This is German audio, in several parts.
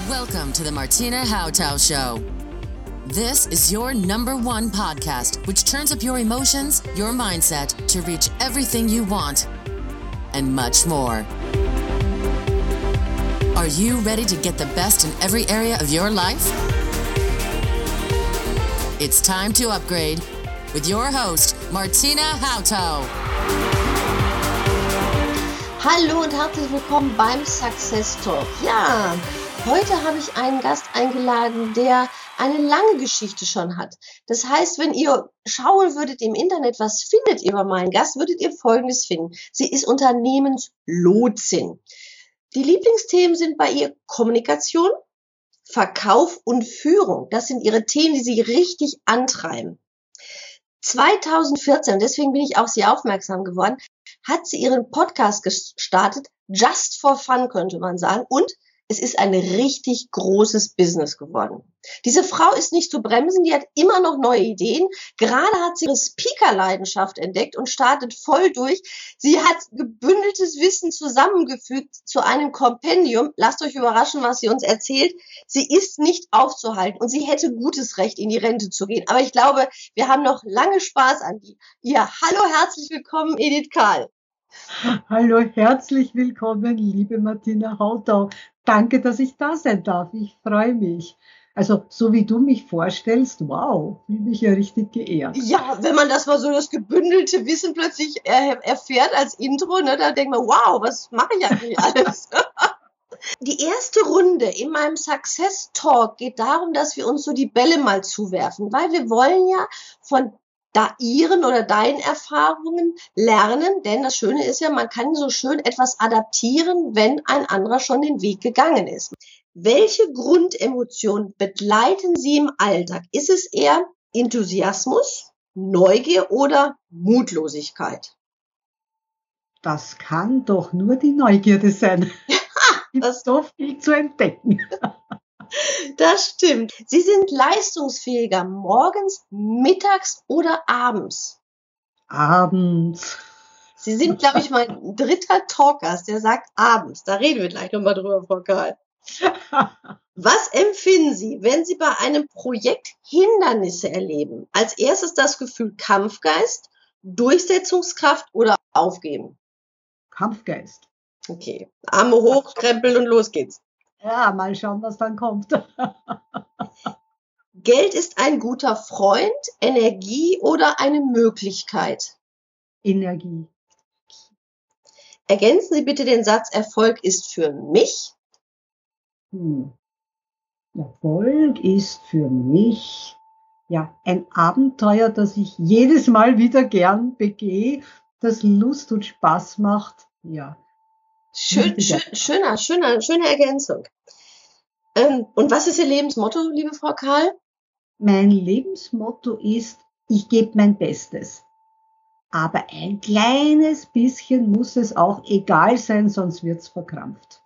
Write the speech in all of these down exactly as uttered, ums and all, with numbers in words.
Welcome to the Martina Hautau Show. This is your number one podcast, which turns up your emotions, your mindset to reach everything you want and much more. Are you ready to get the best in every area of your life? It's time to upgrade with your host, Martina Hautau. Hallo und herzlich willkommen beim Success Talk. Ja, heute habe ich einen Gast eingeladen, der eine lange Geschichte schon hat. Das heißt, wenn ihr schauen würdet im Internet, was findet ihr über meinen Gast, würdet ihr Folgendes finden. Sie ist Unternehmenslotsin. Die Lieblingsthemen sind bei ihr Kommunikation, Verkauf und Führung. Das sind ihre Themen, die sie richtig antreiben. zweitausendvierzehn, deswegen bin ich auf sie aufmerksam geworden, hat sie ihren Podcast gestartet, Just for Fun könnte man sagen, und es ist ein richtig großes Business geworden. Diese Frau ist nicht zu bremsen, die hat immer noch neue Ideen. Gerade hat sie ihre Speaker-Leidenschaft entdeckt und startet voll durch. Sie hat gebündeltes Wissen zusammengefügt zu einem Kompendium. Lasst euch überraschen, was sie uns erzählt. Sie ist nicht aufzuhalten und sie hätte gutes Recht, in die Rente zu gehen. Aber ich glaube, wir haben noch lange Spaß an die. Ja, hallo, herzlich willkommen, Edith Kahl. Hallo, herzlich willkommen, liebe Martina Hautau. Danke, dass ich da sein darf. Ich freue mich. Also, so wie du mich vorstellst, wow, fühle mich ja richtig geehrt. Ja, wenn man das mal so, das gebündelte Wissen plötzlich er, erfährt als Intro, ne, da denkt man, wow, was mache ich eigentlich alles? Die erste Runde in meinem Success Talk geht darum, dass wir uns so die Bälle mal zuwerfen, weil wir wollen ja von da ihren oder deinen Erfahrungen lernen, denn das Schöne ist ja, man kann so schön etwas adaptieren, wenn ein anderer schon den Weg gegangen ist. Welche Grundemotionen begleiten Sie im Alltag? Ist es eher Enthusiasmus, Neugier oder Mutlosigkeit? Das kann doch nur die Neugierde sein. Es ist so viel zu entdecken. Das stimmt. Sie sind leistungsfähiger morgens, mittags oder abends? Abends. Sie sind, glaube ich, mein dritter Talkgast, der sagt abends. Da reden wir gleich nochmal drüber, Frau Kahl. Was empfinden Sie, wenn Sie bei einem Projekt Hindernisse erleben? Als erstes das Gefühl Kampfgeist, Durchsetzungskraft oder Aufgeben? Kampfgeist. Okay, Arme hoch, krempeln und los geht's. Ja, mal schauen, was dann kommt. Geld ist ein guter Freund, Energie oder eine Möglichkeit? Energie. Ergänzen Sie bitte den Satz, Erfolg ist für mich. Hm. Erfolg ist für mich ja ein Abenteuer, das ich jedes Mal wieder gern begehe, das Lust und Spaß macht. Ja. Schön, schön, schöner, schöner, schöne Ergänzung. Ähm, und was ist Ihr Lebensmotto, liebe Frau Kahl? Mein Lebensmotto ist, ich gebe mein Bestes. Aber ein kleines bisschen muss es auch egal sein, sonst wird's verkrampft.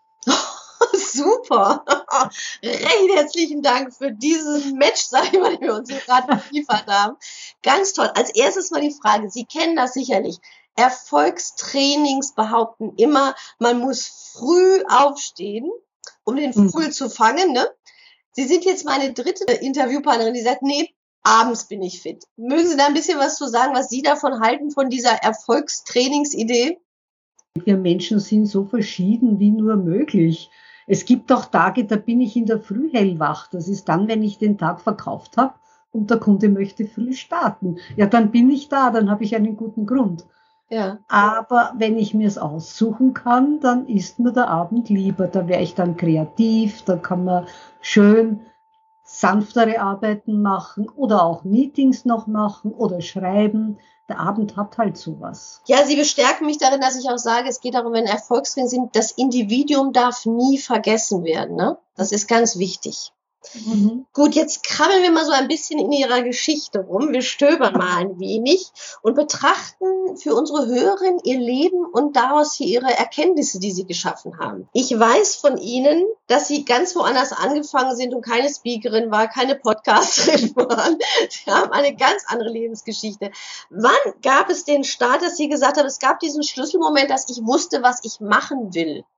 Super! Recht herzlichen Dank für dieses Match, sag ich mal, den wir uns hier gerade geliefert haben. Ganz toll. Als erstes mal die Frage, Sie kennen das sicherlich. Erfolgstrainings behaupten immer, man muss früh aufstehen, um den Vogel zu fangen, ne? Sie sind jetzt meine dritte Interviewpartnerin, die sagt, nee, abends bin ich fit. Mögen Sie da ein bisschen was zu sagen, was Sie davon halten, von dieser Erfolgstrainingsidee? Wir Menschen sind so verschieden wie nur möglich. Es gibt auch Tage, da bin ich in der Früh hellwach. Das ist dann, wenn ich den Tag verkauft habe und der Kunde möchte früh starten. Ja, dann bin ich da, dann habe ich einen guten Grund. Ja. Aber wenn ich mir es aussuchen kann, dann ist mir der Abend lieber. Da wäre ich dann kreativ, da kann man schön sanftere Arbeiten machen oder auch Meetings noch machen oder schreiben. Der Abend hat halt sowas. Ja, Sie bestärken mich darin, dass ich auch sage, es geht darum, wenn Erfolgstrainings sind, das Individuum darf nie vergessen werden, ne? Das ist ganz wichtig. Mhm. Gut, jetzt krabbeln wir mal so ein bisschen in Ihrer Geschichte rum. Wir stöbern mal ein wenig und betrachten für unsere Hörerin Ihr Leben und daraus hier Ihre Erkenntnisse, die Sie geschaffen haben. Ich weiß von Ihnen, dass Sie ganz woanders angefangen sind und keine Speakerin war, keine Podcasterin waren. Sie haben eine ganz andere Lebensgeschichte. Wann gab es den Start, dass Sie gesagt haben, es gab diesen Schlüsselmoment, dass ich wusste, was ich machen will?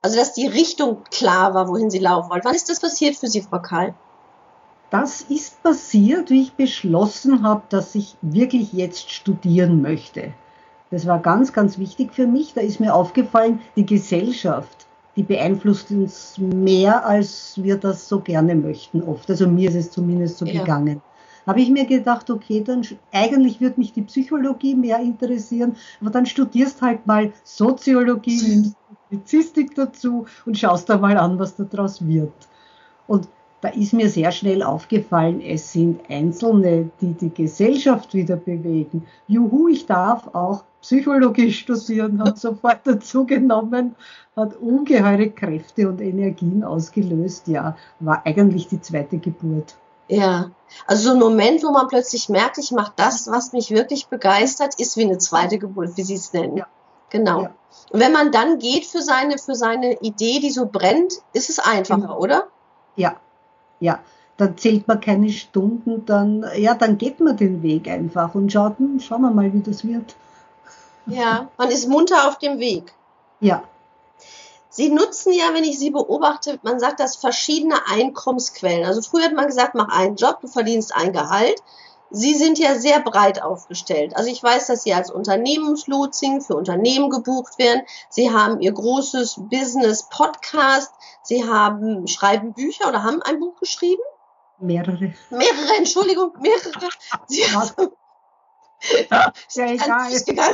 Also, dass die Richtung klar war, wohin Sie laufen wollen. Wann ist das passiert für Sie, Frau Kahl? Das ist passiert, wie ich beschlossen habe, dass ich wirklich jetzt studieren möchte. Das war ganz, ganz wichtig für mich. Da ist mir aufgefallen, die Gesellschaft, die beeinflusst uns mehr, als wir das so gerne möchten oft. Also mir ist es zumindest so Ja. gegangen. Habe ich mir gedacht, okay, dann eigentlich würde mich die Psychologie mehr interessieren, aber dann studierst halt mal Soziologie, nimmst Publizistik dazu und schaust da mal an, was da draus wird. Und da ist mir sehr schnell aufgefallen, es sind Einzelne, die die Gesellschaft wieder bewegen. Juhu, ich darf auch Psychologie studieren, hat sofort dazu genommen, hat ungeheure Kräfte und Energien ausgelöst. Ja, war eigentlich die zweite Geburt. Ja, also so ein Moment, wo man plötzlich merkt, ich mache das, was mich wirklich begeistert, ist wie eine zweite Geburt, wie Sie es nennen. Ja. Genau. Ja. Und wenn man dann geht für seine, für seine Idee, die so brennt, ist es einfacher, Genau. oder? Ja, ja. Dann zählt man keine Stunden, dann, ja, dann geht man den Weg einfach und schaut, hm, schauen wir mal, wie das wird. Ja, man ist munter auf dem Weg. Ja, Sie nutzen ja, wenn ich Sie beobachte, man sagt das verschiedene Einkommensquellen. Also früher hat man gesagt, mach einen Job, du verdienst ein Gehalt. Sie sind ja sehr breit aufgestellt. Also ich weiß, dass Sie als Unternehmenslotsen für Unternehmen gebucht werden. Sie haben Ihr großes Business-Podcast. Sie haben, schreiben Bücher oder haben ein Buch geschrieben? mehrere. Mehrere, Entschuldigung, mehrere. Sie haben, Ist ja egal. Ist egal.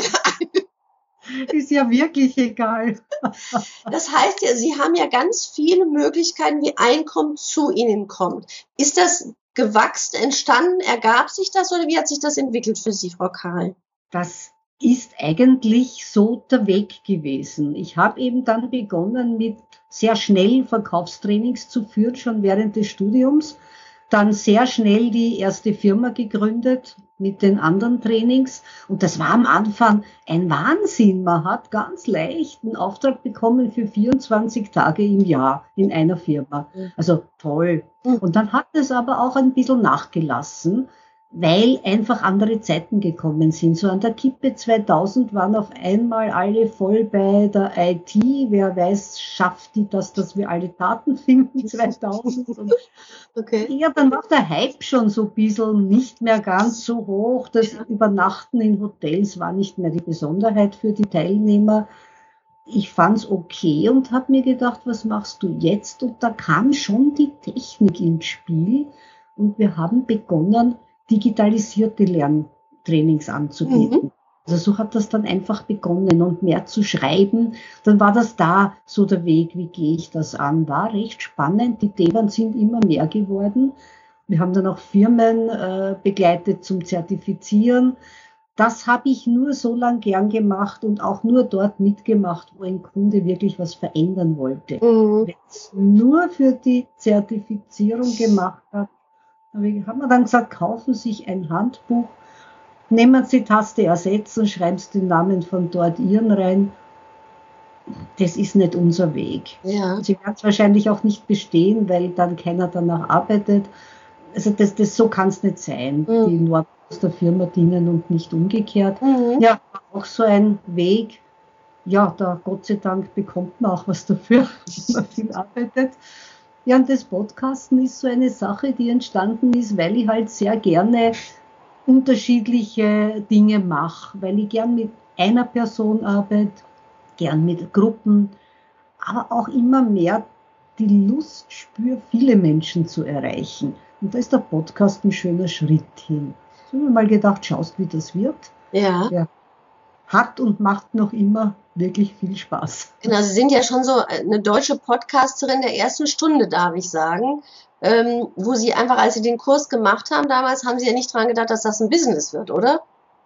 Ist ja wirklich egal. Das heißt ja, Sie haben ja ganz viele Möglichkeiten, wie Einkommen zu Ihnen kommt. Ist das gewachsen, entstanden, ergab sich das oder wie hat sich das entwickelt für Sie, Frau Kahl? Das ist eigentlich so der Weg gewesen. Ich habe eben dann begonnen mit sehr schnell Verkaufstrainings zu führen, schon während des Studiums. Dann sehr schnell die erste Firma gegründet mit den anderen Trainings. Und das war am Anfang ein Wahnsinn. Man hat ganz leicht einen Auftrag bekommen für vierundzwanzig Tage im Jahr in einer Firma. Also toll. Und dann hat es aber auch ein bisschen nachgelassen, weil einfach andere Zeiten gekommen sind. So an der Kippe zweitausend waren auf einmal alle voll bei der I T. Wer weiß, schafft die das, dass wir alle Daten finden zweitausend. Und Okay. ja, dann war der Hype schon so ein bisschen nicht mehr ganz so hoch. Das Übernachten in Hotels war nicht mehr die Besonderheit für die Teilnehmer. Ich fand's okay und habe mir gedacht, was machst du jetzt? Und da kam schon die Technik ins Spiel und wir haben begonnen, digitalisierte Lerntrainings anzubieten. Mhm. Also so hat das dann einfach begonnen und mehr zu schreiben. Dann war das da so der Weg, wie gehe ich das an? War recht spannend. Die Themen sind immer mehr geworden. Wir haben dann auch Firmen äh, begleitet zum Zertifizieren. Das habe ich nur so lang gern gemacht und auch nur dort mitgemacht, wo ein Kunde wirklich was verändern wollte. Mhm. Wenn es nur für die Zertifizierung gemacht hat, haben wir dann gesagt, kaufen Sie sich ein Handbuch, nehmen Sie die Taste ersetzen, schreiben Sie den Namen von dort Ihren rein. Das ist nicht unser Weg. Ja. Sie werden es wahrscheinlich auch nicht bestehen, weil dann keiner danach arbeitet. Also das, das so kann es nicht sein. Mhm. Die nur aus der Firma dienen und nicht umgekehrt. Mhm. Ja, auch so ein Weg. Ja, da Gott sei Dank bekommt man auch was dafür, wenn man viel arbeitet. Ja, und das Podcasten ist so eine Sache, die entstanden ist, weil ich halt sehr gerne unterschiedliche Dinge mache, weil ich gern mit einer Person arbeite, gern mit Gruppen, aber auch immer mehr die Lust spüre, viele Menschen zu erreichen. Und da ist der Podcast ein schöner Schritt hin. So habe ich mir mal gedacht, schaust, wie das wird. Ja. Ja. Hat und macht noch immer wirklich viel Spaß. Genau, Sie sind ja schon so eine deutsche Podcasterin der ersten Stunde, darf ich sagen. Ähm, wo Sie einfach, als Sie den Kurs gemacht haben, damals haben Sie ja nicht dran gedacht, dass das ein Business wird, oder?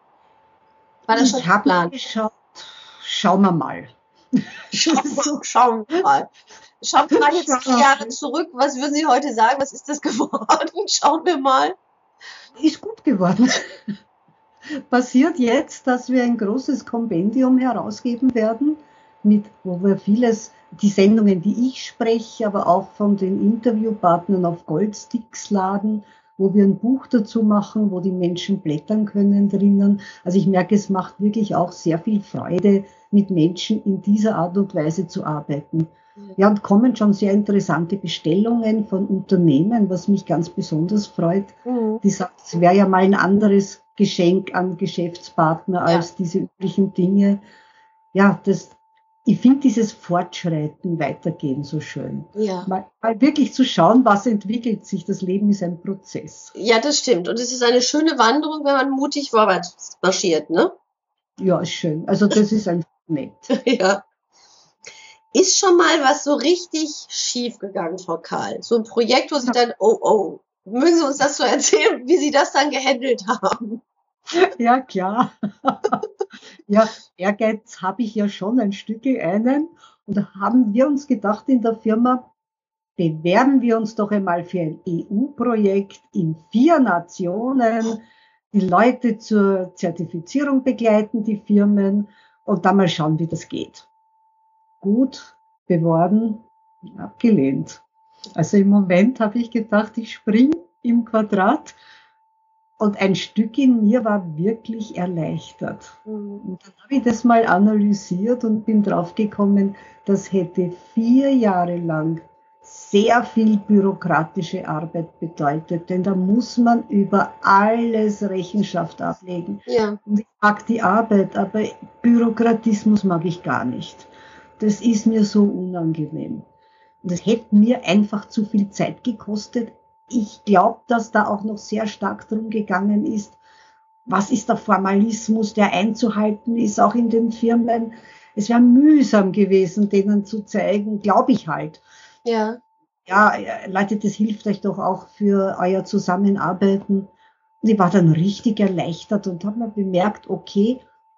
War das schon ich habe geplant? geschaut, schauen wir mal. Schauen wir, schauen wir mal. Schauen wir mal jetzt vier Jahre zurück. Was würden Sie heute sagen? Was ist das geworden? Schauen wir mal. Ist gut geworden. Passiert jetzt, dass wir ein großes Kompendium herausgeben werden, mit, wo wir vieles, die Sendungen, die ich spreche, aber auch von den Interviewpartnern auf Goldsticks laden, wo wir ein Buch dazu machen, wo die Menschen blättern können drinnen. Also ich merke, es macht wirklich auch sehr viel Freude, mit Menschen in dieser Art und Weise zu arbeiten. Ja, und kommen schon sehr interessante Bestellungen von Unternehmen, was mich ganz besonders freut. Mhm. Die sagt, es wäre ja mal ein anderes Geschenk an Geschäftspartner als ja. diese üblichen Dinge. Ja, das, ich finde dieses Fortschreiten, Weitergehen so schön. Ja. Mal, mal wirklich zu schauen, was entwickelt sich. Das Leben ist ein Prozess. Ja, das stimmt. Und es ist eine schöne Wanderung, wenn man mutig vorwärts marschiert, ne? Ja, ist schön. Also das ist einfach nett. Ja. Ist schon mal was so richtig schief gegangen, Frau Kahl? So ein Projekt, wo Sie dann, oh, oh, mögen Sie uns das so erzählen, wie Sie das dann gehandelt haben? Ja, klar. Ja, Ehrgeiz habe ich ja schon ein Stück einen. Und da haben wir uns gedacht in der Firma, bewerben wir uns doch einmal für ein E U-Projekt in vier Nationen, die Leute zur Zertifizierung begleiten, die Firmen, und dann mal schauen, wie das geht. Gut beworben, abgelehnt. Also im Moment habe ich gedacht, ich springe im Quadrat und ein Stück in mir war wirklich erleichtert. Mhm. Und dann habe ich das mal analysiert und bin draufgekommen, das hätte vier Jahre lang sehr viel bürokratische Arbeit bedeutet, denn da muss man über alles Rechenschaft ablegen. Ja. Und ich mag die Arbeit, aber Bürokratismus mag ich gar nicht. Das ist mir so unangenehm. Und es hätte mir einfach zu viel Zeit gekostet. Ich glaube, dass da auch noch sehr stark drum gegangen ist, was ist der Formalismus, der einzuhalten ist, auch in den Firmen. Es wäre mühsam gewesen, denen zu zeigen, glaube ich halt. Ja. Ja, Leute, das hilft euch doch auch für euer Zusammenarbeiten. Und ich war dann richtig erleichtert und habe mir bemerkt, okay,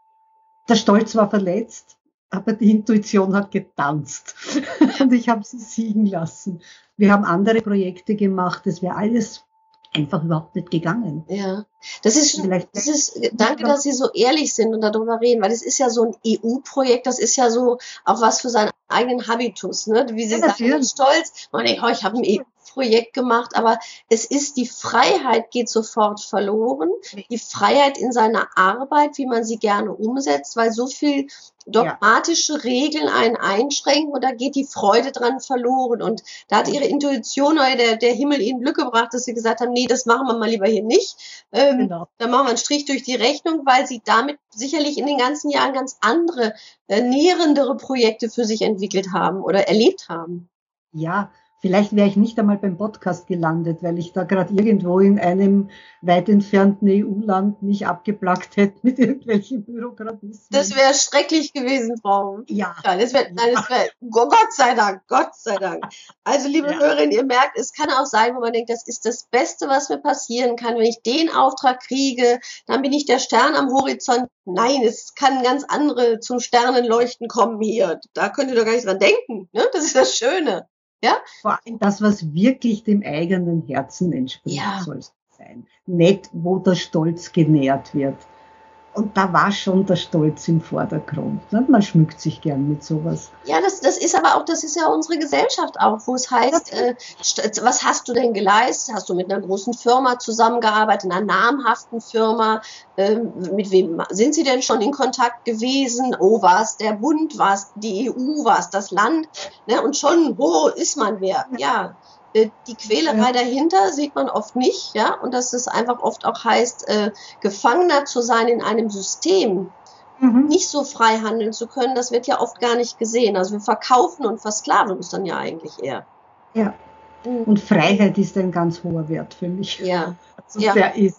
der Stolz war verletzt, aber die Intuition hat getanzt. Und ich habe sie siegen lassen. Wir haben andere Projekte gemacht, das wäre alles einfach überhaupt nicht gegangen. Ja, das ist, das ist, danke, dass Sie so ehrlich sind und darüber reden, weil das ist ja so ein E U-Projekt, das ist ja so auch was für seinen eigenen Habitus, ne? Wie Sie ja, sagen, stolz, man denkt, oh, ich habe ein E U-Projekt gemacht, aber es ist, die Freiheit geht sofort verloren, die Freiheit in seiner Arbeit, wie man sie gerne umsetzt, weil so viel dogmatische ja. Regeln einen einschränken und da geht die Freude dran verloren. Und da hat Ihre Intuition oder der, der Himmel Ihnen Glück gebracht, dass Sie gesagt haben, nee, das machen wir mal lieber hier nicht. Ähm, genau. Dann machen wir einen Strich durch die Rechnung, weil Sie damit sicherlich in den ganzen Jahren ganz andere, äh, nährendere Projekte für sich entwickelt haben oder erlebt haben. Ja, vielleicht wäre ich nicht einmal beim Podcast gelandet, weil ich da gerade irgendwo in einem weit entfernten E U-Land mich abgeplagt hätte mit irgendwelchen Bürokratismen. Das wäre schrecklich gewesen, Frau. Ja. ja das wäre, nein, das wäre, Gott sei Dank, Gott sei Dank. Also, liebe ja. Hörerinnen, ihr merkt, es kann auch sein, wo man denkt, das ist das Beste, was mir passieren kann. Wenn ich den Auftrag kriege, dann bin ich der Stern am Horizont. Nein, es kann ganz andere zum Sternenleuchten kommen hier. Da könnt ihr doch gar nicht dran denken, ne? Das ist das Schöne. Ja? Vor allem das, was wirklich dem eigenen Herzen entspricht, ja. soll es sein. Nicht, wo der Stolz genährt wird. Und da war schon der Stolz im Vordergrund. Man schmückt sich gern mit sowas. Ja, das, das ist aber auch, das ist ja unsere Gesellschaft auch, wo es heißt, äh, was hast du denn geleistet? Hast du mit einer großen Firma zusammengearbeitet, einer namhaften Firma? Ähm, mit wem sind Sie denn schon in Kontakt gewesen? Oh, war es der Bund, war es die E U, war es das Land? Ne? Und schon, wo ist man wer? Ja. Die Quälerei dahinter sieht man oft nicht, ja, und dass es einfach oft auch heißt, äh, Gefangener zu sein in einem System, mhm. nicht so frei handeln zu können, das wird ja oft gar nicht gesehen. Also wir verkaufen und versklaven uns dann ja eigentlich eher. Ja, mhm. Und Freiheit ist ein ganz hoher Wert für mich. Ja. Also ja. Der ist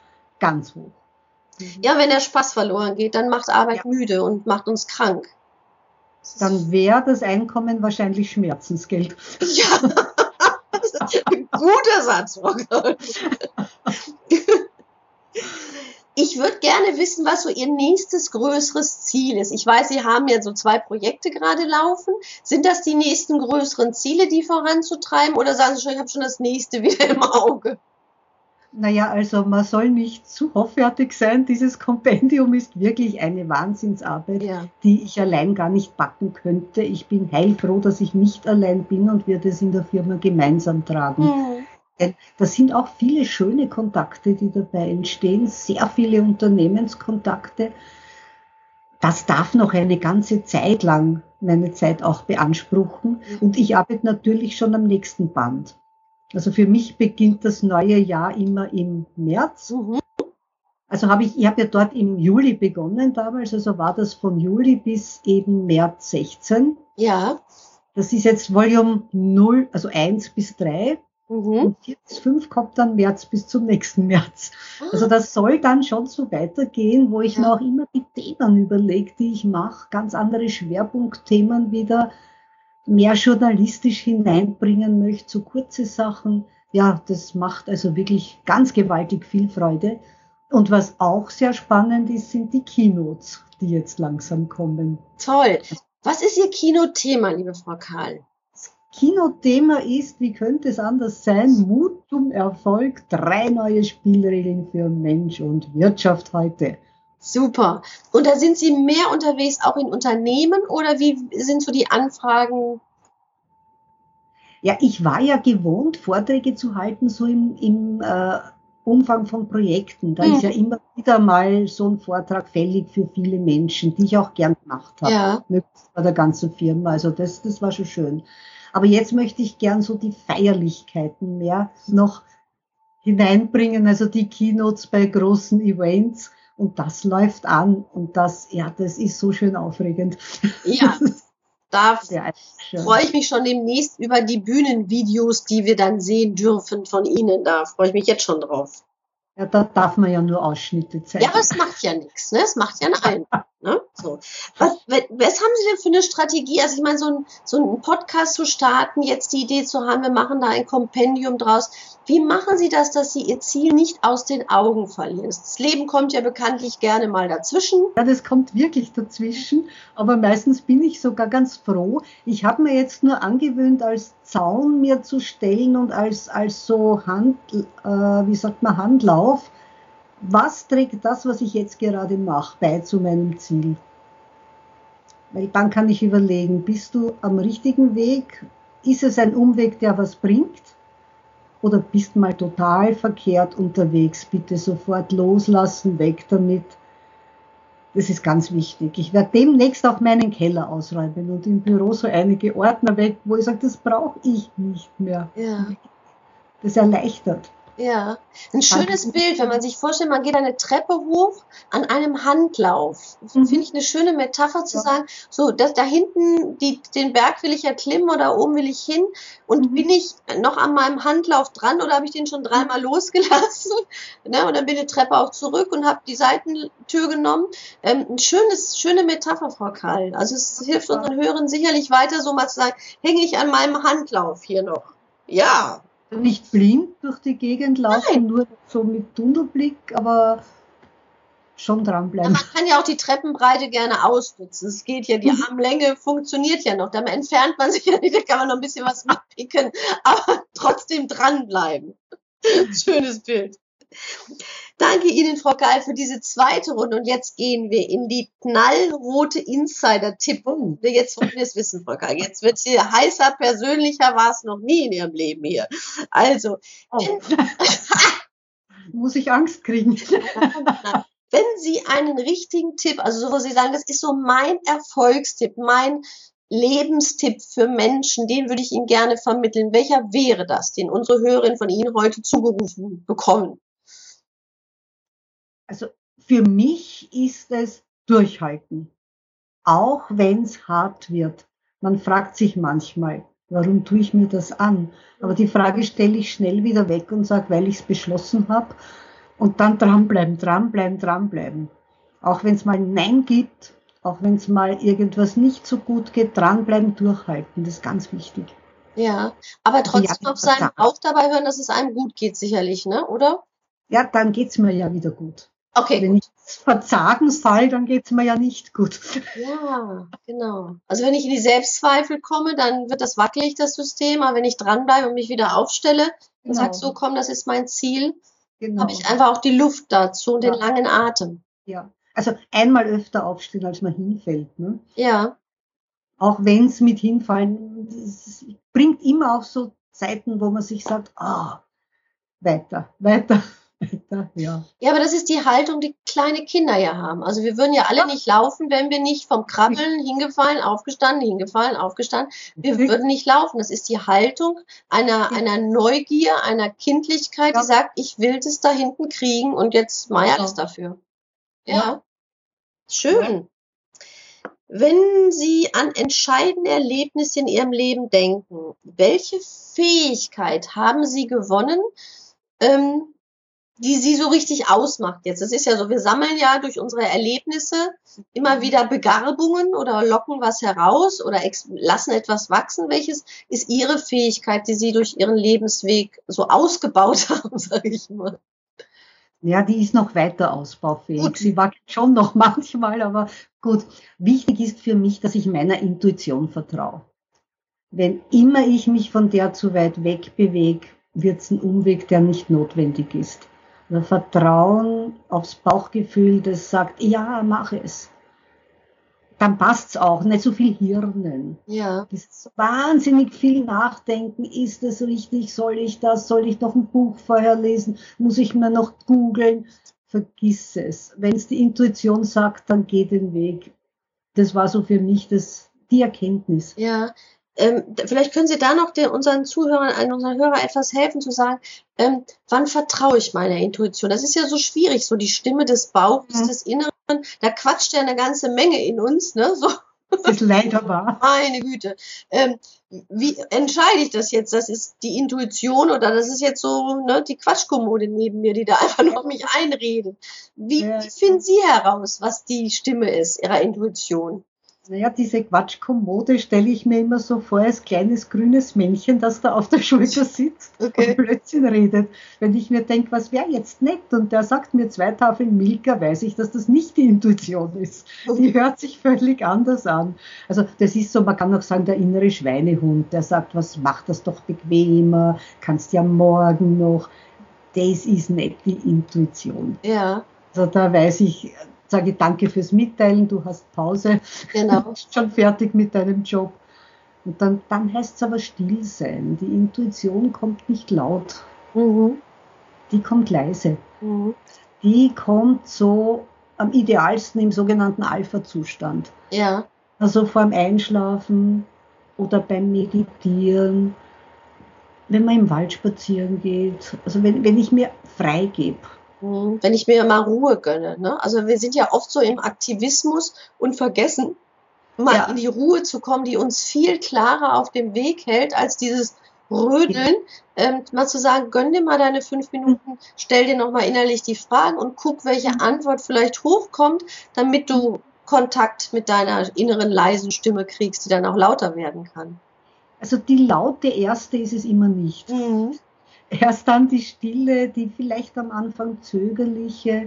ganz hoch. Mhm. Ja, wenn der Spaß verloren geht, dann macht Arbeit ja. müde und macht uns krank. Dann wäre das Einkommen wahrscheinlich Schmerzensgeld. Ja. Guter Satz, Frau Kahl. Ich würde gerne wissen, was so Ihr nächstes größeres Ziel ist. Ich weiß, Sie haben ja so zwei Projekte gerade laufen. Sind das die nächsten größeren Ziele, die voranzutreiben? Oder sagen Sie schon, ich habe schon das nächste wieder im Auge? Naja, also man soll nicht zu hoffärtig sein. Dieses Kompendium ist wirklich eine Wahnsinnsarbeit, ja. die ich allein gar nicht packen könnte. Ich bin heilfroh, dass ich nicht allein bin und wir das in der Firma gemeinsam tragen. Mhm. Denn das sind auch viele schöne Kontakte, die dabei entstehen, sehr viele Unternehmenskontakte. Das darf noch eine ganze Zeit lang meine Zeit auch beanspruchen. Und ich arbeite natürlich schon am nächsten Band. Also für mich beginnt das neue Jahr immer im März. Mhm. Also habe ich, ich habe ja dort im Juli begonnen damals, also war das von Juli bis eben März sechzehn. Ja. Das ist jetzt Volume null, also eins bis drei. Mhm. Und vier bis fünf kommt dann März bis zum nächsten März. Also das soll dann schon so weitergehen, wo ich Ja. mir auch immer die Themen überlege, die ich mache, ganz andere Schwerpunktthemen wieder mehr journalistisch hineinbringen möchte, so kurze Sachen. Ja, das macht also wirklich ganz gewaltig viel Freude. Und was auch sehr spannend ist, sind die Keynotes, die jetzt langsam kommen. Toll. Was ist Ihr Kinothema, liebe Frau Kahl? Kinothema ist, wie könnte es anders sein, Mut zum Erfolg, drei neue Spielregeln für Mensch und Wirtschaft heute. Super. Und da sind Sie mehr unterwegs, auch in Unternehmen, oder wie sind so die Anfragen? Ja, ich war ja gewohnt, Vorträge zu halten, so im, im äh, Umfang von Projekten. Da Mhm. ist ja immer wieder mal so ein Vortrag fällig für viele Menschen, die ich auch gern gemacht habe. Ja. Möglichst bei der ganzen Firma. Also das, das war schon schön. Aber jetzt möchte ich gern so die Feierlichkeiten mehr noch hineinbringen, also die Keynotes bei großen Events. Und das läuft an. Und das, ja, das ist so schön aufregend. Ja, da Ja, schön. freue ich mich schon demnächst über die Bühnenvideos, die wir dann sehen dürfen von Ihnen. Da freue ich mich jetzt schon drauf. Ja, da darf man ja nur Ausschnitte zeigen. Ja, aber es macht ja nichts, ne? Es macht ja einen. Ne? So. Was, was haben Sie denn für eine Strategie? Also ich meine, so ein, so ein Podcast zu starten, jetzt die Idee zu haben, wir machen da ein Kompendium draus. Wie machen Sie das, dass Sie Ihr Ziel nicht aus den Augen verlieren? Das Leben kommt ja bekanntlich gerne mal dazwischen. Ja, das kommt wirklich dazwischen, aber meistens bin ich sogar ganz froh. Ich habe mir jetzt nur angewöhnt, als Zaun mir zu stellen und als, als so Hand, äh, wie sagt man, Handlauf. Was trägt das, was ich jetzt gerade mache, bei zu meinem Ziel? Weil dann kann ich überlegen, bist du am richtigen Weg? Ist es ein Umweg, der was bringt? Oder bist mal total verkehrt unterwegs? Bitte sofort loslassen, weg damit. Das ist ganz wichtig. Ich werde demnächst auch meinen Keller ausräumen und im Büro so einige Ordner weg, wo ich sage, das brauche ich nicht mehr. Ja. Das erleichtert. Ja, ein schönes Bild, wenn man sich vorstellt, man geht eine Treppe hoch an einem Handlauf. Mhm. Finde ich eine schöne Metapher zu Ja. sagen, so, das, da hinten, die, den Berg will ich erklimmen oder oben will ich hin und Mhm. bin ich noch an meinem Handlauf dran oder habe ich den schon dreimal losgelassen? Ne? Und dann bin ich die Treppe auch zurück und habe die Seitentür genommen. Ähm, ein schönes, schöne Metapher, Frau Kahl. Also es hilft Ja. unseren Hörern sicherlich weiter, so mal zu sagen, hänge ich an meinem Handlauf hier noch. Ja. Nicht blind durch die Gegend laufen, Nein. nur so mit Tunnelblick, aber schon Ja, dranbleiben. man kann ja auch die Treppenbreite gerne ausnutzen. Es geht ja, die Mhm. Armlänge funktioniert ja noch. Damit entfernt man sich ja nicht, da kann man noch ein bisschen was mitpicken, aber trotzdem dranbleiben. Schönes Bild. Danke Ihnen, Frau Kahl, für diese zweite Runde. Und jetzt gehen wir in die knallrote Insider-Tippung. Jetzt wollen wir es wissen, Frau Kahl. Jetzt wird hier heißer, persönlicher war es noch nie in Ihrem Leben hier. Also, Oh. Muss ich Angst kriegen? wenn Sie einen richtigen Tipp, also so, wo Sie sagen, das ist so mein Erfolgstipp, mein Lebenstipp für Menschen, den würde ich Ihnen gerne vermitteln. Welcher wäre das, den unsere Hörerinnen von Ihnen heute zugerufen bekommen? Also für mich ist es durchhalten, auch wenn es hart wird. Man fragt sich manchmal, warum tue ich mir das an? Aber die Frage stelle ich schnell wieder weg und sage, weil ich es beschlossen habe. Und dann dranbleiben, dranbleiben, dranbleiben. Auch wenn es mal ein Nein gibt, auch wenn es mal irgendwas nicht so gut geht, dranbleiben, durchhalten. Das ist ganz wichtig. Ja, aber trotzdem Ja, auf seinen ja. Bauch dabei hören, dass es einem gut geht, sicherlich, ne? Oder? Ja, dann geht's mir ja wieder gut. Okay, Wenn gut. ich ins Verzagen fall, dann geht's mir ja nicht gut. Ja, genau. Also wenn ich in die Selbstzweifel komme, dann wird das wackelig, das System. Aber wenn ich dranbleibe und mich wieder aufstelle und Genau. sage, so komm, das ist mein Ziel, Genau. habe ich einfach auch die Luft dazu und Ja. den langen Atem. Ja. Also einmal öfter aufstehen, als man hinfällt. Ne? Ja, Auch wenn es mit hinfallen, das bringt immer auch so Zeiten, wo man sich sagt, ah, weiter, weiter, weiter. weiter, ja. Ja, aber das ist die Haltung, die kleine Kinder ja haben. Also wir würden ja alle nicht laufen, wenn wir nicht vom Krabbeln hingefallen, aufgestanden, hingefallen, aufgestanden. Wir würden nicht laufen. Das ist die Haltung einer, einer Neugier, einer Kindlichkeit, die sagt, ich will das da hinten kriegen und jetzt mache ich alles dafür. Ja, schön. Wenn Sie an entscheidende Erlebnisse in Ihrem Leben denken, welche Fähigkeit haben Sie gewonnen, ähm, die Sie so richtig ausmacht jetzt? Das ist ja so, wir sammeln ja durch unsere Erlebnisse immer wieder Begabungen oder locken was heraus oder ex- lassen etwas wachsen. Welches ist Ihre Fähigkeit, die Sie durch Ihren Lebensweg so ausgebaut haben, sage ich mal? Ja, die ist noch weiter ausbaufähig. Gut. Sie wackelt schon noch manchmal, aber gut. Wichtig ist für mich, dass ich meiner Intuition vertraue. Wenn immer ich mich von der zu weit weg bewege, wird es ein Umweg, der nicht notwendig ist. Wir Vertrauen aufs Bauchgefühl, das sagt, ja, mach es. Dann passt's auch, nicht so viel Hirnen. Ja. Das ist so wahnsinnig viel Nachdenken. Ist es richtig? Soll ich das? Soll ich noch ein Buch vorher lesen? Muss ich mir noch googeln? Vergiss es. Wenn es die Intuition sagt, dann geh den Weg. Das war so für mich das, die Erkenntnis. Ja, ähm, d- vielleicht können Sie da noch den, unseren Zuhörern, unseren Hörern etwas helfen zu sagen, ähm, wann vertraue ich meiner Intuition? Das ist ja so schwierig, so die Stimme des Bauches, Mhm. des Inneren, da quatscht ja eine ganze Menge in uns, ne? So, Das ist leider wahr. meine Güte. Ähm, wie entscheide ich das jetzt? Das ist die Intuition oder das ist jetzt so, ne, die Quatschkommode neben mir, die da einfach nur auf mich einredet. Wie, Ja. wie finden Sie heraus, was die Stimme ist, Ihrer Intuition? Naja, diese Quatschkommode stelle ich mir immer so vor als kleines grünes Männchen, das da auf der Schulter sitzt Okay. und Blödsinn redet. Wenn ich mir denke, was wäre jetzt nett und der sagt mir zwei Tafeln Milka, weiß ich, dass das nicht die Intuition ist. Die hört sich völlig anders an. Also das ist so, man kann auch sagen, der innere Schweinehund, der sagt, was macht das doch bequemer, kannst ja morgen noch. Das ist nicht die Intuition. Ja, Also da weiß ich, sage danke fürs Mitteilen, du hast Pause, genau. du bist schon fertig mit deinem Job. Und dann, dann heißt es aber still sein. Die Intuition kommt nicht laut, Mhm. die kommt leise. Mhm. Die kommt so am idealsten im sogenannten Alpha-Zustand. Ja. Also vorm Einschlafen oder beim Meditieren, wenn man im Wald spazieren geht. Also wenn, wenn ich mir freigebe. Mhm. Wenn ich mir mal Ruhe gönne, ne? Also wir sind ja oft so im Aktivismus und vergessen, mal Ja. in die Ruhe zu kommen, die uns viel klarer auf dem Weg hält, als dieses Rödeln. Ähm, mal zu sagen, gönn dir mal deine fünf Minuten, stell dir nochmal innerlich die Fragen und guck, welche Antwort vielleicht hochkommt, damit du Kontakt mit deiner inneren leisen Stimme kriegst, die dann auch lauter werden kann. Also die laute erste ist es immer nicht. Mhm. Erst dann die Stille, die vielleicht am Anfang zögerliche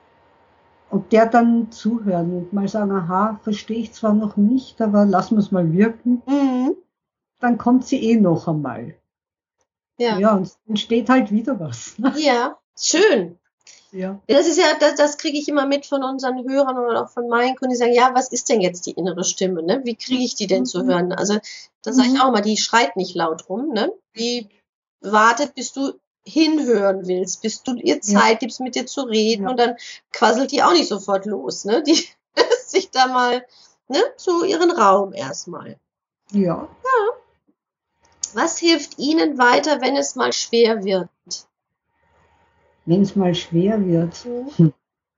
und der dann zuhören und mal sagen, aha, verstehe ich zwar noch nicht, aber lassen wir es mal wirken. Mhm. Dann kommt sie eh noch einmal. Ja. Ja, und es entsteht halt wieder was. Ne? Ja, schön. Ja. Das ist ja, das, das kriege ich immer mit von unseren Hörern oder auch von meinen Kunden, die sagen, ja, was ist denn jetzt die innere Stimme, ne? Wie kriege ich die denn zu Mhm. hören? Also, da sage ich Mhm. auch immer, die schreit nicht laut rum, ne? Die wartet, bis du hinhören willst, bis du ihr Zeit gibst, mit dir zu reden Ja. und dann quasselt die auch nicht sofort los, ne? Die lässt sich da mal, ne, zu ihren Raum erstmal. Ja. Was hilft Ihnen weiter, wenn es mal schwer wird? Wenn es mal schwer wird. Mhm. Hm.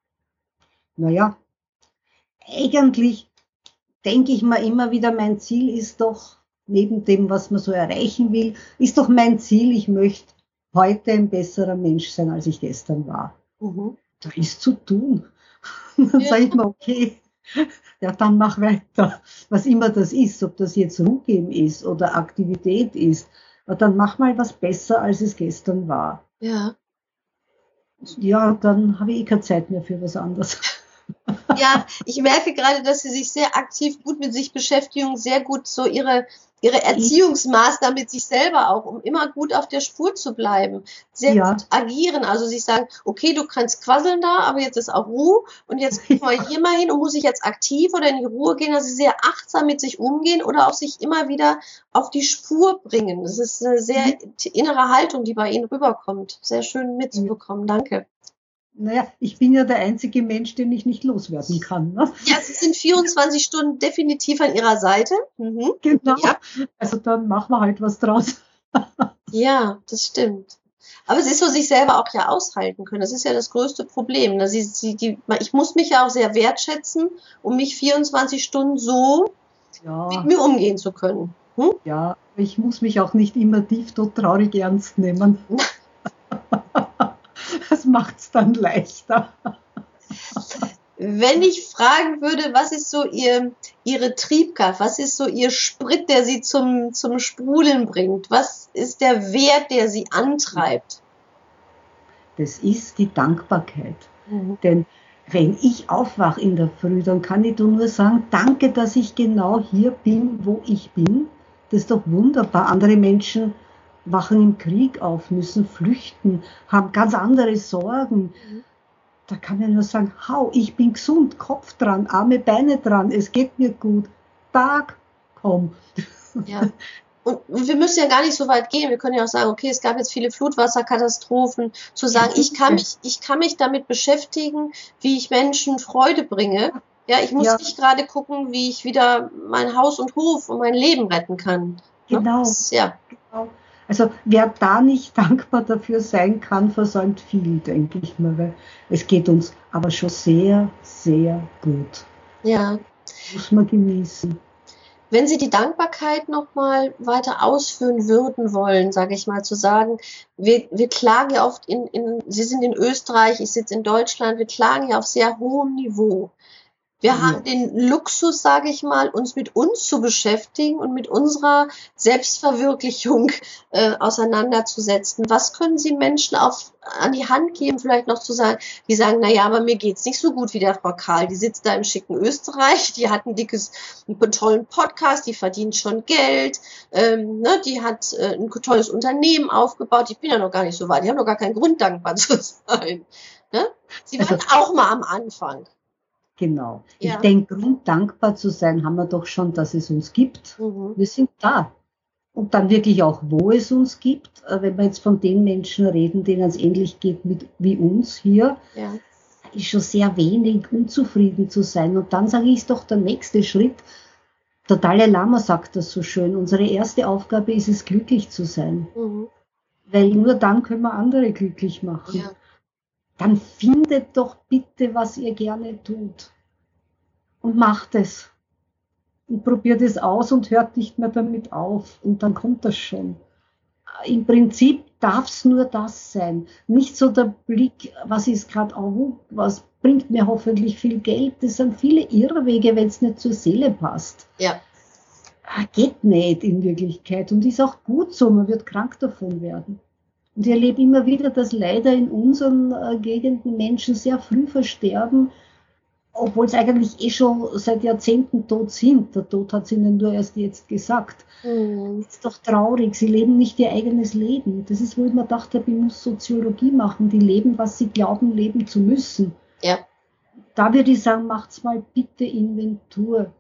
Naja, eigentlich denke ich mir immer wieder, mein Ziel ist doch, neben dem, was man so erreichen will, ist doch mein Ziel, ich möchte heute ein besserer Mensch sein, als ich gestern war. Mhm. Da ist zu tun. Dann Ja. sage ich mir, okay, ja, dann mach weiter. Was immer das ist, ob das jetzt Ruhe geben ist oder Aktivität ist, aber dann mach mal was besser, als es gestern war. Ja. Ja, dann habe ich eh keine Zeit mehr für was anderes. Ja, ich merke gerade, dass Sie sich sehr aktiv gut mit sich beschäftigen, sehr gut so Ihre, Ihre Erziehungsmaßnahmen mit sich selber auch, um immer gut auf der Spur zu bleiben. Sehr Ja. gut agieren, also sich sagen, okay, du kannst quasseln da, aber jetzt ist auch Ruhe und jetzt gucken wir hier mal hin und muss ich jetzt aktiv oder in die Ruhe gehen, also sehr achtsam mit sich umgehen oder auch sich immer wieder auf die Spur bringen. Das ist eine sehr innere Haltung, die bei Ihnen rüberkommt. Sehr schön mitzubekommen. Danke. Naja, ich bin ja der einzige Mensch, den ich nicht loswerden kann. Ne? Ja, Sie sind vierundzwanzig Stunden definitiv an Ihrer Seite. Mhm. Genau. Ja. Also dann machen wir halt was draus. Ja, das stimmt. Aber es ist so, sich selber auch ja aushalten können. Das ist ja das größte Problem. Ne? Sie, sie, die, ich muss mich ja auch sehr wertschätzen, um mich vierundzwanzig Stunden so Ja, mit mir umgehen zu können. Hm? ja, ich muss mich auch nicht immer tief tot traurig ernst nehmen. Das macht's dann leichter. Wenn ich fragen würde, was ist so ihr, Ihre Triebkraft, was ist so Ihr Sprit, der Sie zum, zum Sprudeln bringt? Was ist der Wert, der Sie antreibt? Das ist die Dankbarkeit. Mhm. Denn wenn ich aufwache in der Früh, dann kann ich nur sagen, danke, dass ich genau hier bin, wo ich bin. Das ist doch wunderbar. Andere Menschen wachen im Krieg auf, müssen flüchten, haben ganz andere Sorgen. Mhm. Da kann ich nur sagen, hau, ich bin gesund, Kopf dran, Arme, Beine dran, es geht mir gut. Tag, komm. Ja. Und wir müssen ja gar nicht so weit gehen. Wir können ja auch sagen, okay, es gab jetzt viele Flutwasserkatastrophen. Zu sagen, ich kann mich, ich kann mich damit beschäftigen, wie ich Menschen Freude bringe. Ja, ich muss Ja. nicht gerade gucken, wie ich wieder mein Haus und Hof und mein Leben retten kann. Genau. Das, ja. Genau. Also wer da nicht dankbar dafür sein kann, versäumt viel, denke ich mal. Weil es geht uns aber schon sehr, sehr gut. Ja. Muss man genießen. Wenn Sie die Dankbarkeit nochmal weiter ausführen würden wollen, sage ich mal, zu sagen, wir, wir klagen ja oft in, in, Sie sind in Österreich, ich sitze in Deutschland, wir klagen ja auf sehr hohem Niveau. Wir Ja. haben den Luxus, sage ich mal, uns mit uns zu beschäftigen und mit unserer Selbstverwirklichung äh, auseinanderzusetzen. Was können Sie Menschen auf, an die Hand geben, vielleicht noch zu sagen, die sagen, na ja, aber mir geht's nicht so gut wie der Frau Karl. Die sitzt da im schicken Österreich, die hat ein dickes, einen tollen Podcast, die verdient schon Geld, ähm, ne, die hat äh, ein tolles Unternehmen aufgebaut. Ich bin ja noch gar nicht so weit. Ich habe noch gar keinen Grund, dankbar zu sein. Ne? Sie waren Also- auch mal am Anfang. Genau. Ja. Ich denke, Grund dankbar zu sein, haben wir doch schon, dass es uns gibt. Mhm. Wir sind da. Und dann wirklich auch, wo es uns gibt. Äh, Wenn wir jetzt von den Menschen reden, denen es ähnlich geht mit, wie uns hier, Ja. ist schon sehr wenig unzufrieden zu sein. Und dann sage ich, ist doch der nächste Schritt. Der Dalai Lama sagt das so schön. Unsere erste Aufgabe ist es, glücklich zu sein. Mhm. Weil nur dann können wir andere glücklich machen. Ja. Dann findet doch bitte, was ihr gerne tut. Und macht es. Und probiert es aus und hört nicht mehr damit auf. Und dann kommt das schon. Im Prinzip darf es nur das sein. Nicht so der Blick, was ist gerade auf, was bringt mir hoffentlich viel Geld. Das sind viele Irrwege, wenn es nicht zur Seele passt. Ja. Geht nicht in Wirklichkeit. Und ist auch gut so, man wird krank davon werden. Und ich erlebe immer wieder, dass leider in unseren äh, Gegenden Menschen sehr früh versterben, obwohl es eigentlich eh schon seit Jahrzehnten tot sind. Der Tod hat es ihnen nur erst jetzt gesagt. Mhm. Das ist doch traurig, sie leben nicht ihr eigenes Leben. Das ist, wo ich mir dachte, ich muss Soziologie machen. Die leben, was sie glauben, leben zu müssen. Ja. Da würde ich sagen, macht's mal bitte Inventur.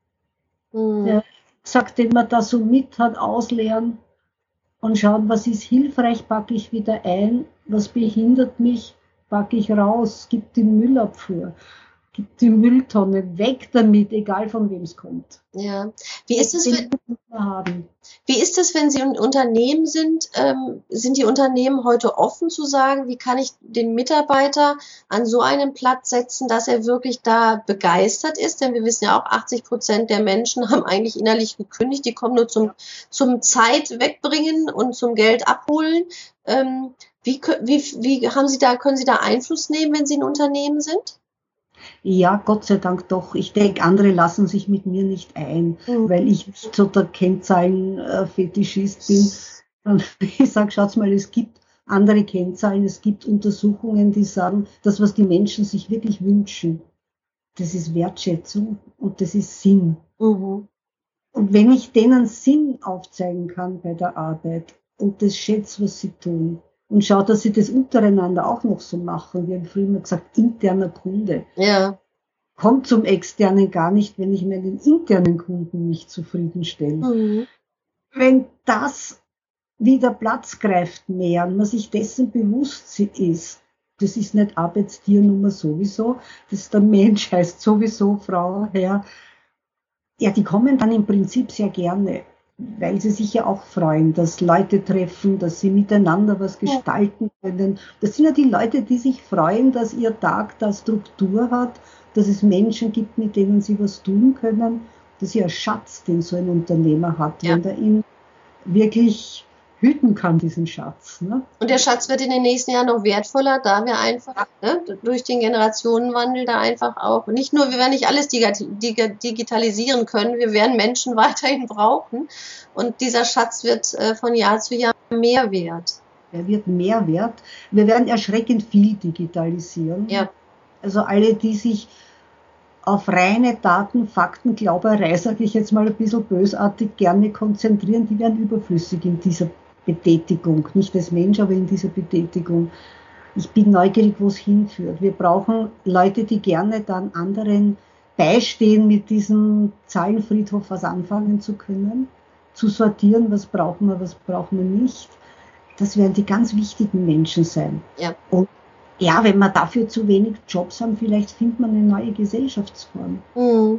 Mhm. Der sagt, den man da so mit hat, ausleeren und schauen, was ist hilfreich, packe ich wieder ein, was behindert mich, packe ich raus, gibt die Müllabfuhr, gibt die Mülltonne, weg damit, egal von wem es kommt. Ja. Wie ist es, wenn, Den muss man haben. wie ist es, wenn Sie ein Unternehmen sind? Ähm, sind die Unternehmen heute offen zu sagen, wie kann ich den Mitarbeiter an so einen Platz setzen, dass er wirklich da begeistert ist? Denn wir wissen ja auch, achtzig Prozent der Menschen haben eigentlich innerlich gekündigt. Die kommen nur zum, zum Zeit wegbringen und zum Geld abholen. Ähm, wie, kö- wie, wie haben Sie da, können Sie da Einfluss nehmen, wenn Sie ein Unternehmen sind? Ja, Gott sei Dank doch. Ich denke, andere lassen sich mit mir nicht ein, Mhm. weil ich nicht so der Kennzahlen-Fetischist bin. Und ich sage, schaut mal, es gibt andere Kennzahlen, es gibt Untersuchungen, die sagen, das, was die Menschen sich wirklich wünschen, das ist Wertschätzung und das ist Sinn. Mhm. Und wenn ich denen Sinn aufzeigen kann bei der Arbeit und das schätze, was sie tun, und schaue, dass sie das untereinander auch noch so machen, wir haben früher immer gesagt, interner Kunde. Ja. Kommt zum externen gar nicht, wenn ich meinen internen Kunden nicht zufriedenstelle. Mhm. Wenn das wieder Platz greift mehr und man sich dessen bewusst ist, das ist nicht Arbeitstiernummer sowieso, das ist der Mensch, heißt sowieso Frau, Herr. Ja, die kommen dann im Prinzip sehr gerne, weil sie sich ja auch freuen, dass Leute treffen, dass sie miteinander was gestalten können. Das sind ja die Leute, die sich freuen, dass ihr Tag da Struktur hat, dass es Menschen gibt, mit denen sie was tun können. Das ist ja ein Schatz, den so ein Unternehmer hat, ja. Wenn er ihn wirklich hüten kann, diesen Schatz. Ne? Und der Schatz wird in den nächsten Jahren noch wertvoller, da wir einfach ne, durch den Generationenwandel da einfach auch, nicht nur, wir werden nicht alles digitalisieren können, wir werden Menschen weiterhin brauchen und dieser Schatz wird äh, von Jahr zu Jahr mehr wert. Er wird mehr wert. Wir werden erschreckend viel digitalisieren. Ja. Also alle, die sich auf reine Daten, Fakten, Glauberei, sage ich jetzt mal ein bisschen bösartig, gerne konzentrieren, die werden überflüssig in dieser Betätigung. Nicht als Mensch, aber in dieser Betätigung. Ich bin neugierig, wo es hinführt. Wir brauchen Leute, die gerne dann anderen beistehen, mit diesem Zahlenfriedhof was anfangen zu können, zu sortieren, was brauchen wir, was brauchen wir nicht. Das werden die ganz wichtigen Menschen sein. Ja. Und ja, wenn wir dafür zu wenig Jobs haben, vielleicht findet man eine neue Gesellschaftsform. Mhm.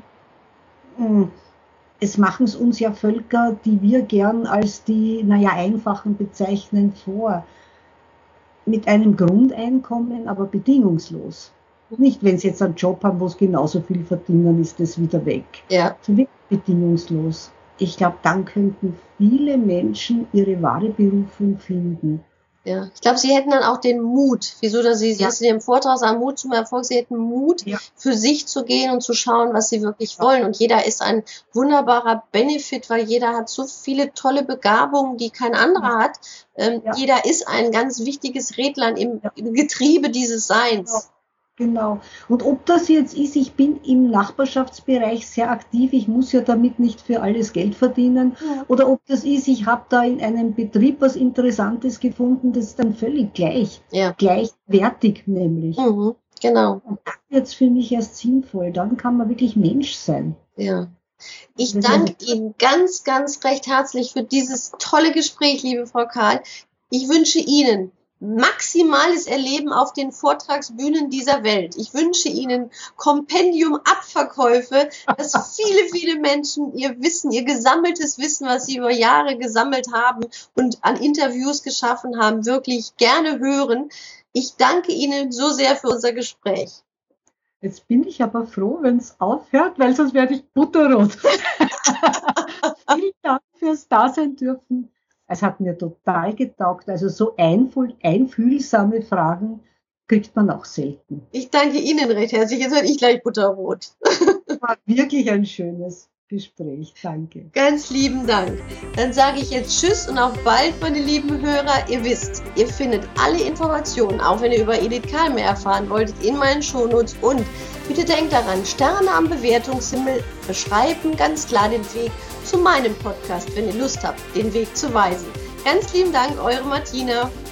Es machen es uns ja Völker, die wir gern als die, naja, einfachen bezeichnen, vor. Mit einem Grundeinkommen, aber bedingungslos. Nicht, wenn sie jetzt einen Job haben, wo es genauso viel verdienen, ist das wieder weg. Ja. So wirklich bedingungslos. Ich glaube, dann könnten viele Menschen ihre wahre Berufung finden. Ja, ich glaube, sie hätten dann auch den Mut, wieso, dass sie, Ja. dass sie im Vortrag sagen, Mut zum Erfolg, sie hätten Mut, Ja. für sich zu gehen und zu schauen, was sie wirklich wollen. Und jeder ist ein wunderbarer Benefit, weil jeder hat so viele tolle Begabungen, die kein anderer hat. Ähm, Ja. Jeder ist ein ganz wichtiges Rädlein im, im Getriebe dieses Seins. Genau. Und ob das jetzt ist, ich bin im Nachbarschaftsbereich sehr aktiv, ich muss ja damit nicht für alles Geld verdienen, Ja. oder ob das ist, ich habe da in einem Betrieb was Interessantes gefunden, das ist dann völlig gleich, Ja. gleichwertig nämlich. Mhm, genau. Und das ist jetzt für mich erst sinnvoll, dann kann man wirklich Mensch sein. Ja. Ich Das danke ist- Ihnen ganz, ganz recht herzlich für dieses tolle Gespräch, liebe Frau Kahl. Ich wünsche Ihnen maximales Erleben auf den Vortragsbühnen dieser Welt. Ich wünsche Ihnen Kompendium-Abverkäufe, dass viele, viele Menschen ihr Wissen, ihr gesammeltes Wissen, was sie über Jahre gesammelt haben und an Interviews geschaffen haben, wirklich gerne hören. Ich danke Ihnen so sehr für unser Gespräch. Jetzt bin ich aber froh, wenn es aufhört, weil sonst werde ich butterrot. Vielen Dank fürs Dasein dürfen. Es hat mir total getaugt. Also so einfühl- einfühlsame Fragen kriegt man auch selten. Ich danke Ihnen recht herzlich. Jetzt werde ich gleich butterrot. War wirklich ein schönes Gespräch. Danke. Ganz lieben Dank. Dann sage ich jetzt Tschüss und auf bald, meine lieben Hörer. Ihr wisst, ihr findet alle Informationen, auch wenn ihr über Edith Kahl mehr erfahren wolltet, in meinen Shownotes. Und bitte denkt daran, Sterne am Bewertungshimmel beschreiben ganz klar den Weg zu meinem Podcast, wenn ihr Lust habt, den Weg zu weisen. Ganz lieben Dank, eure Martina.